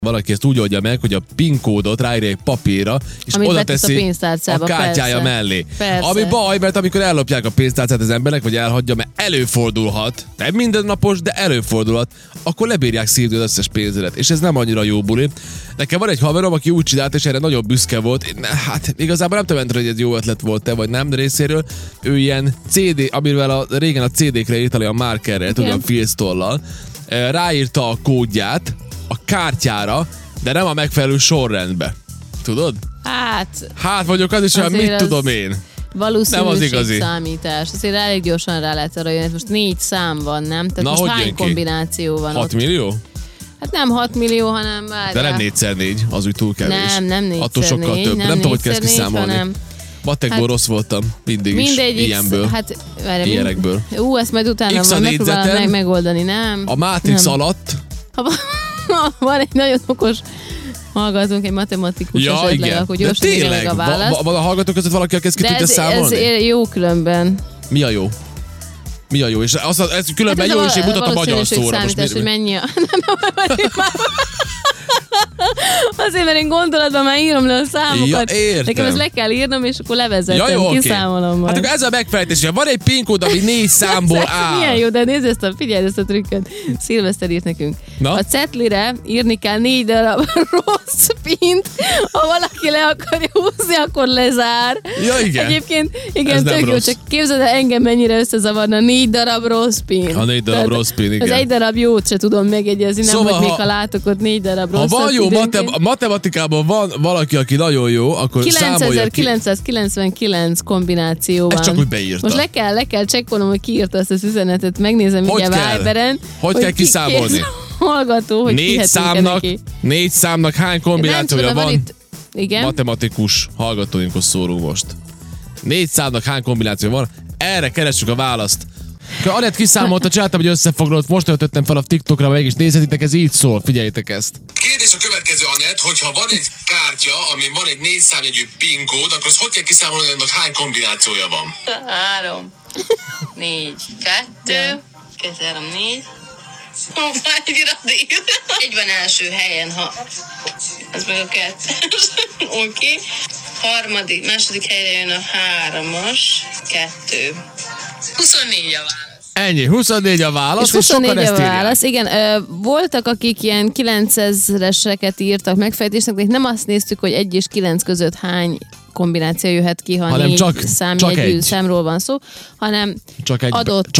valaki ezt úgy oldja meg, hogy a PIN kódot ráírja egy papírra, és amit oda teszi a kártyája persze. mellé. Persze. Ami baj, mert amikor ellopják a pénztárcát az emberek, vagy elhagyja, mert előfordulhat, nem mindennapos, de előfordulhat, akkor lebírják szívni az összes pénzedet. És ez nem annyira jó buli. Nekem van egy haverom, aki úgy csinált, és erre nagyon büszke volt. Hát igazából nem tudom, hogy ez jó ötlet volt-e, vagy nem részéről. Ő ilyen CD, amivel régen a CD-kre írta a markerrel, tudod, a filztollal, ráírta a kódját a kártyára, de nem a megfelelő sorrendbe. Tudod? Hát vagyok az is, hogy mit tudom én. Valószínűségszámítás. Azért elég gyorsan rá lehet arra jönni. Most 4 szám van, nem? Tehát na, most hány kombináció van 6 millió? Hát nem 6 millió, hanem... De nem 4x4, az úgy túl kevés. Nem 4x4. Attól sokkal több. Nem tudom, hogy kezd kiszámolni. Hanem... Matekból rossz voltam. Mindig is. Ilyenből. Ilyenekből. Ezt majd utána megpróbálom megoldani, nem? A mátrix alatt. Van egy nagyon okos hallgatónk, egy matematikus esetleg, igen. akkor gyorsan írja meg a választ. Van a hallgatók között valaki, aki ezt ki tudja számolni? Ez jó különben. Mi a jó? Mi a jó? És ez különben jó, és én mutat a magyar szóra. Most hogy mennyi a... Azért, mert én gondolatban már írom le a számokat. Ja, értem. Nekem ezt le kell írnom, és akkor levezetem, kiszámolom majd. Hát akkor ez a megfejtés, van egy PIN kód, ami 4 számból áll. Milyen jó, de nézd figyelj ezt a trükköt. Szilveszter írt nekünk. Na? A cetlire írni kell 4 darab rossz pint, ha valaki le akarja húzni, akkor lezár. Ja, igen. Egyébként, igen, tök jó, csak képzeld el engem mennyire összezavarna 4 darab rossz pint. A 4 darab rossz pint, igen. Az 1 darab jót se tudom megjegyezni, nem, szóval, hogy még ha látok ott 4 darab rosszat. Ha van jó matematikában van valaki, aki nagyon jó, akkor számolja ki. 9999 kombináció van. Ezt csak úgy beírta. Most le kell csekkolnom, hogy ki írta ezt az üzenetet. Megnézem így a Viberen. Hogy kell kiszámolni? Hallgató, hogy 4 számnak hány kombinációja van? Itt, igen? Matematikus hallgatóinkhoz szólunk most. 4 számnak hány kombinációja van? Erre keressük a választ. Anett kiszámolta, csináltam egy összefoglalót, most töltöttem fel a TikTokra, meg is nézhetitek, ez így szól, figyeljétek ezt. Kérdés a következő, Anett, hogyha van egy kártya, amin van egy 4 számjegyű PIN kód, akkor azt hogy kell kiszámolni, hogy annak hány kombinációja van? 3, 4, 2, 3, 4. Egy van első helyen, ha ez meg a 2. Oké. Második helyre jön a 3-as, 2. 24 a válasz. Ennyi, 24 a válasz, és 24 sokan a válasz. Igen, voltak, akik ilyen 9000-eseket írtak megfejtésnek, de nem azt néztük, hogy 1 és 9 között hány kombináció jöhet ki, ha 4 számjegyű számról van szó, hanem adott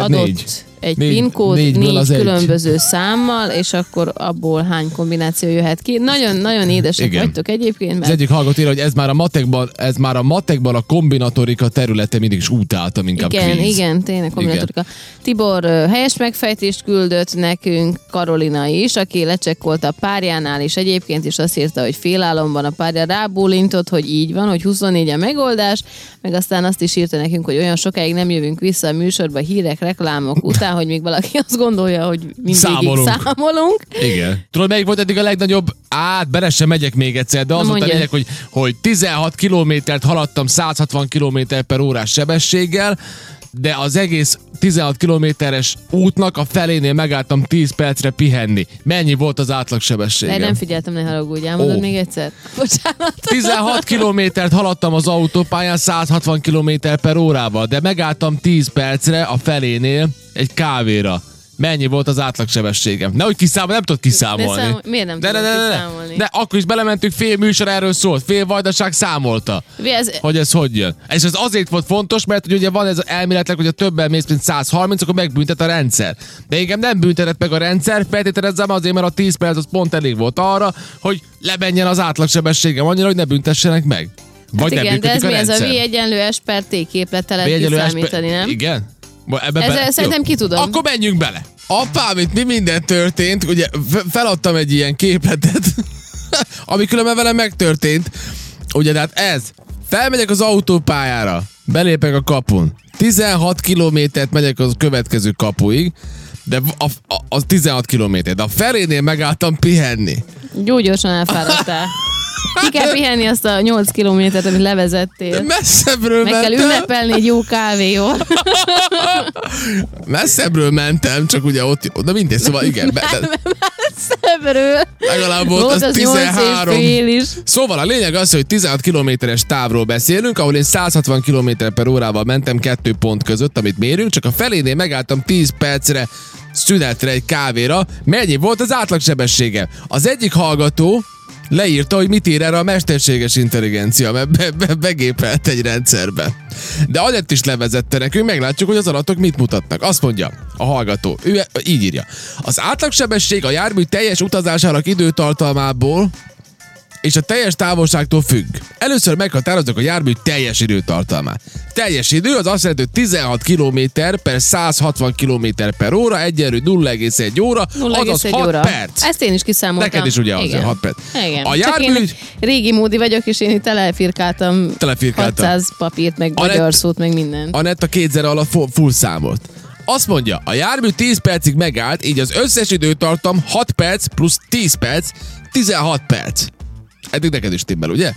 egy PIN kód 4 különböző számmal, és akkor abból hány kombináció jöhet ki. Nagyon édesek vagytok egyébként. Mert... Az egyik hallgató írja, hogy ez már a matekban a kombinatorika területe, mindig is utáltam inkább kvíz. Igen, tényleg kombinatorika. Igen. Tibor helyes megfejtést küldött nekünk, Karolina is, aki lecsekkolta a párjánál, és egyébként is azt írta, hogy félálomban a párja rábólintott, hogy így van, hogy 24 a megoldás, meg aztán azt is írta nekünk, hogy olyan sokáig nem jövünk vissza a műsorba hírek, reklámok után, hogy még valaki azt gondolja, hogy mindig számolunk. Igen. Tudod, melyik volt eddig a legnagyobb? Bele sem megyek még egyszer, de az volt a lényeg, hogy 16 kilométert haladtam 160 km/h sebességgel, de az egész 16 kilométeres útnak a felénél megálltam 10 percre pihenni. Mennyi volt az átlagsebességem? Nem figyeltem, ne haragudj, elmondod még egyszer. Bocsánat. 16 kilométert haladtam az autópályán 160 km/h, de megálltam 10 percre a felénél egy kávéra. Mennyi volt az átlagsebességem? Nehogy kiszámolni, nem tudod kiszámolni. Miért nem tudod kiszámolni? De akkor is belementünk, fél műsor erről szólt, fél Vajdaság számolta, hogy ez hogy jön. És ez azért volt fontos, mert hogy ugye van ez elméletleg, hogy a többen mész, mint 130, akkor megbüntet a rendszer. De engem nem büntetett meg a rendszer, feltételezzem azért, mert a 10 perc az pont elég volt arra, hogy lemenjen az átlagsebességem annyira, hogy ne büntessenek meg. Vagy hát igen, de ez mi ez a V = S/T képlettel lehet kiszámítani, nem? Igen? Szerintem ki tudom. Akkor menjünk bele. Apám, itt mi minden történt, ugye feladtam egy ilyen képletet, ami különben velem megtörtént. Ugye, tehát ez. Felmegyek az autópályára, belépek a kapun. 16 kilométert megyek az következő kapuig, de az 16 kilométer. De a felénél megálltam pihenni. Gyorsan elfáradtál. Ki kell pihenni azt a 8 kilométert, amit levezettél. Messzebbről meg kell ünnepelni egy jó kávéval. Messzebbről mentem, csak ugye ott, de mindegy, szóval igen. Messzebbről. Legalább volt az 13. Is. Szóval a lényeg az, hogy 16 kilométeres távról beszélünk, ahol én 160 km/órával mentem 2 pont között, amit mérünk, csak a felénél megálltam 10 percre szünetre egy kávéra. Mennyi volt az átlagsebessége? Az egyik hallgató leírta, hogy mit ír erre a mesterséges intelligencia, mert begépelt egy rendszerbe. De Anett is levezette nekünk, meglátjuk, hogy az adatok mit mutatnak. Azt mondja a hallgató, ő így írja. Az átlagsebesség a jármű teljes utazásának időtartalmából és a teljes távolságtól függ. Először meghatározzuk a jármű teljes időtartalmát. Teljes idő az azt jelenti, hogy 16 km per 160 km per óra, egyenlő 0,1 óra, azaz 6 óra. perc. Ezt én is kiszámoltam. Neked is ugye az 6 perc. Igen. A jármű... Csak én régi módi vagyok, és én itt telefirkáltam 600 papírt, meg magyar szót, meg minden. Anett a 2 zere alatt full számolt. Azt mondja, a jármű 10 percig megállt, így az összes időtartam 6 perc plusz 10 perc, 16 perc. Eddig neked is timmel, ugye?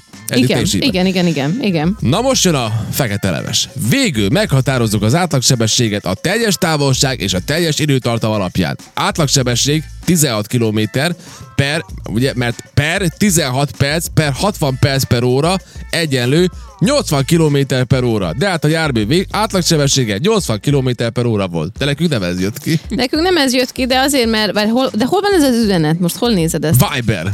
Igen. Na most jön a fekete leves. Végül meghatározzuk az átlagsebességet a teljes távolság és a teljes időtartam alapján. Átlagsebesség 16 km per, ugye, mert per 16 perc per 60 perc per óra egyenlő 80 km per óra. De hát a jármű átlagsebessége 80 km per óra volt. De nekünk nem ez jött ki. Nekünk nem ez jött ki, de azért, mert de hol van ez az üzenet? Most hol nézed ezt? Viber.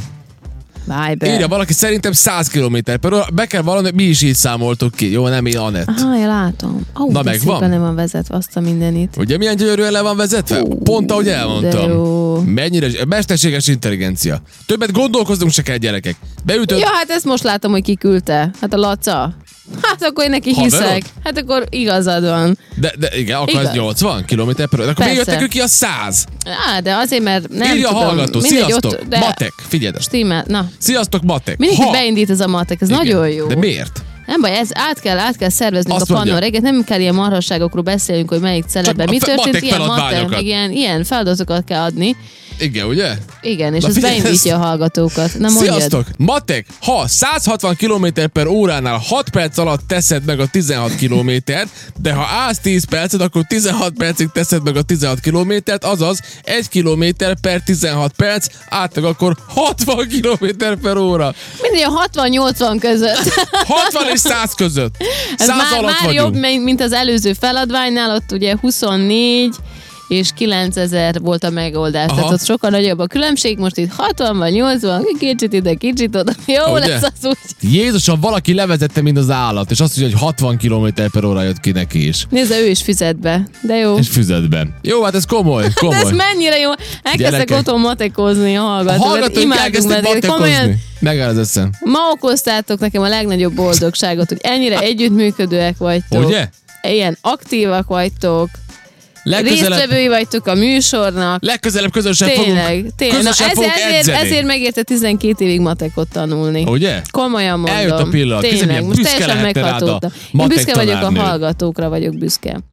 Írja valaki, szerintem 100 km per óra. Be kell valami, mi is így számoltuk ki. Jó, nem én, Anett. Aha, ja, látom. Na megvan. Le van vezetve azt a mindenit. Ugye milyen gyönyörűen le van vezetve? Pont ahogy elmondtam. Mennyire mesterséges intelligencia. Többet gondolkozzunk se kell, gyerekek. Beütött. Ja, hát ezt most látom, hogy kiküldte. Hát a Laca. Hát akkor én neki hiszek. Hát akkor igazad van. De igen, akkor ez 80 km per óra. Akkor még jöttek ki a 100. De azért, mert nem írja tudom. A hallgató. Sziasztok, Matek. Figyeld ezt. Na. Sziasztok, Matek. Mindig beindít ez a Matek, ez igen, nagyon jó. De miért? Nem baj, ez át kell szerveznünk azt a Pannon reggelt, nem kell ilyen marhasságokról beszélnünk, hogy melyik celebben mi történt, ilyen feladatokat kell adni. Igen, ugye? Igen, és ez beindítja a hallgatókat. Na mondjad. Sziasztok! Matek, ha 160 km per óránál 6 perc alatt teszed meg a 16 kilométert, de ha állsz 10 percet, akkor 16 percig teszed meg a 16 kilométert, azaz 1 kilométer per 16 perc, átlag akkor 60 km per óra. Mindig a 60-80 között. 60 és 100 között. 100 már jobb, mint az előző feladványnál, ott ugye 24 és 9000 volt a megoldás. Tehát ott sokkal nagyobb a különbség, most itt 60 vagy 80, kicsit ide, kicsit oda. Jó lesz az úgy. Jézusom, valaki levezette, mint az állat, és azt mondja, hogy 60 km per óra jött ki neki is. Nézd, ő is fizet be, de jó. És fizet be. Jó, hát ez komoly. De ez mennyire jó. Elkezdtek otthon matekozni a hallgatók. Elkezdtek matekozni. Megáll az eszem. Ma okoztátok nekem a legnagyobb boldogságot, hogy ennyire együttműködőek vagytok. Ugye? Ilyen aktívak vagytok. Résztvevői vagytok a műsornak. Legközelebb közösen fogunk edzeni. Ezért megérte 12 évig matekot tanulni. Ugye? Komolyan mondom. Eljött a pillanat. Tényleg, most teljesen meghatódtam. Én büszke vagyok a hallgatókra, vagyok büszke.